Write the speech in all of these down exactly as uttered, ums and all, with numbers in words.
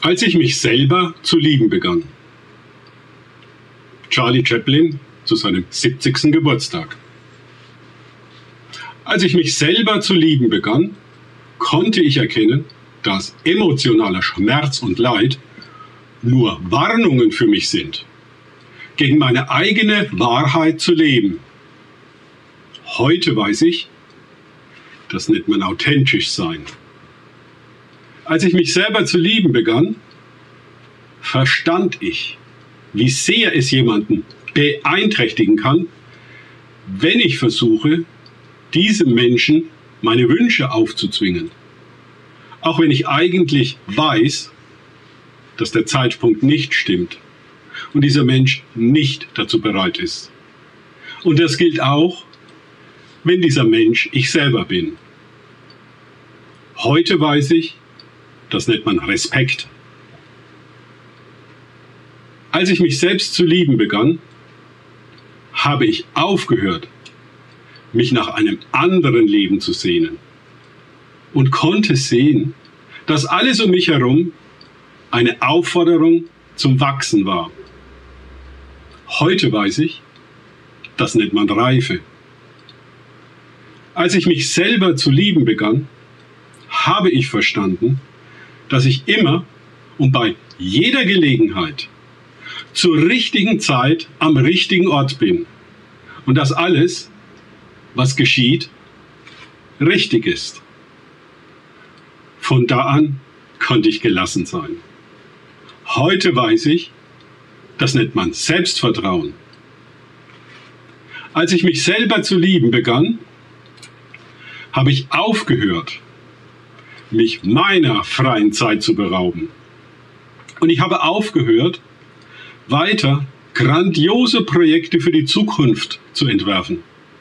Als ich mich selber zu lieben begann. Charlie Chaplin zu seinem siebzigsten Geburtstag. Als ich mich selber zu lieben begann, konnte ich erkennen, dass emotionaler Schmerz und Leid nur Warnungen für mich sind, gegen meine eigene Wahrheit zu leben. Heute weiß ich, das nennt man authentisch sein. Als ich mich selber zu lieben begann, verstand ich, wie sehr es jemanden beeinträchtigen kann, wenn ich versuche, diesem Menschen meine Wünsche aufzuzwingen. Auch wenn ich eigentlich weiß, dass der Zeitpunkt nicht stimmt und dieser Mensch nicht dazu bereit ist. Und das gilt auch, wenn dieser Mensch ich selber bin. Heute weiß ich, das nennt man Respekt. Als ich mich selbst zu lieben begann, habe ich aufgehört, mich nach einem anderen Leben zu sehnen und konnte sehen, dass alles um mich herum eine Aufforderung zum Wachsen war. Heute weiß ich, das nennt man Reife. Als ich mich selber zu lieben begann, habe ich verstanden, dass ich immer und bei jeder Gelegenheit zur richtigen Zeit am richtigen Ort bin und dass alles, was geschieht, richtig ist. Von da an konnte ich gelassen sein. Heute weiß ich, das nennt man Selbstvertrauen. Als ich mich selber zu lieben begann, habe ich aufgehört, mich meiner freien Zeit zu berauben. Und ich habe aufgehört, weiter grandiose Projekte für die Zukunft zu entwerfen.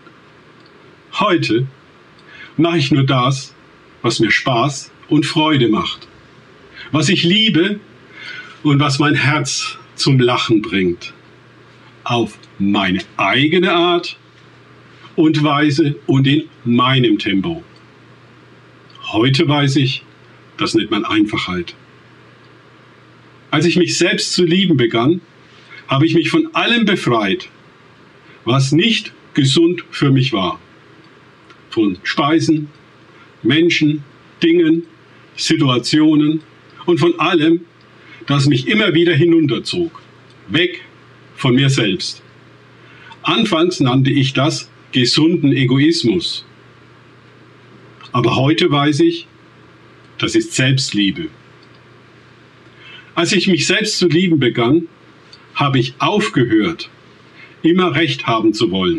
Heute mache ich nur das, was mir Spaß und Freude macht, was ich liebe und was mein Herz zum Lachen bringt, auf meine eigene Art und Weise und in meinem Tempo. Heute weiß ich, das nennt man Einfachheit. Als ich mich selbst zu lieben begann, habe ich mich von allem befreit, was nicht gesund für mich war. Von Speisen, Menschen, Dingen, Situationen und von allem, das mich immer wieder hinunterzog, weg von mir selbst. Anfangs nannte ich das gesunden Egoismus. Aber heute weiß ich, das ist Selbstliebe. Als ich mich selbst zu lieben begann, habe ich aufgehört, immer Recht haben zu wollen.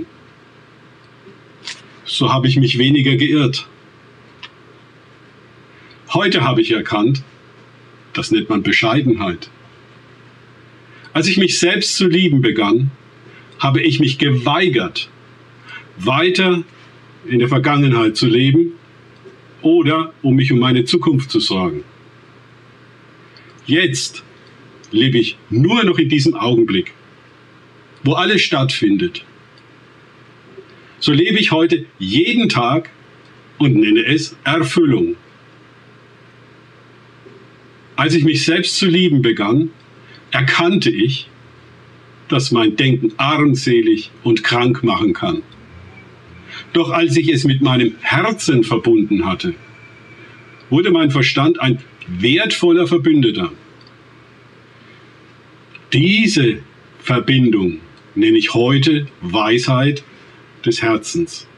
So habe ich mich weniger geirrt. Heute habe ich erkannt, das nennt man Bescheidenheit. Als ich mich selbst zu lieben begann, habe ich mich geweigert, weiter in der Vergangenheit zu leben oder um mich um meine Zukunft zu sorgen. Jetzt lebe ich nur noch in diesem Augenblick, wo alles stattfindet. So lebe ich heute jeden Tag und nenne es Erfüllung. Als ich mich selbst zu lieben begann, erkannte ich, dass mein Denken armselig und krank machen kann. Doch als ich es mit meinem Herzen verbunden hatte, wurde mein Verstand ein wertvoller Verbündeter. Diese Verbindung nenne ich heute Weisheit des Herzens.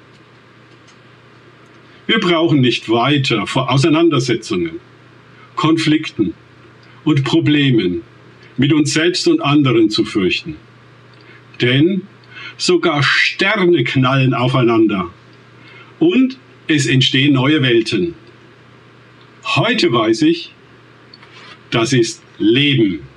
Wir brauchen nicht weiter vor Auseinandersetzungen, Konflikten und Problemen mit uns selbst und anderen zu fürchten. Denn sogar Sterne knallen aufeinander und es entstehen neue Welten. Heute weiß ich, das ist Leben.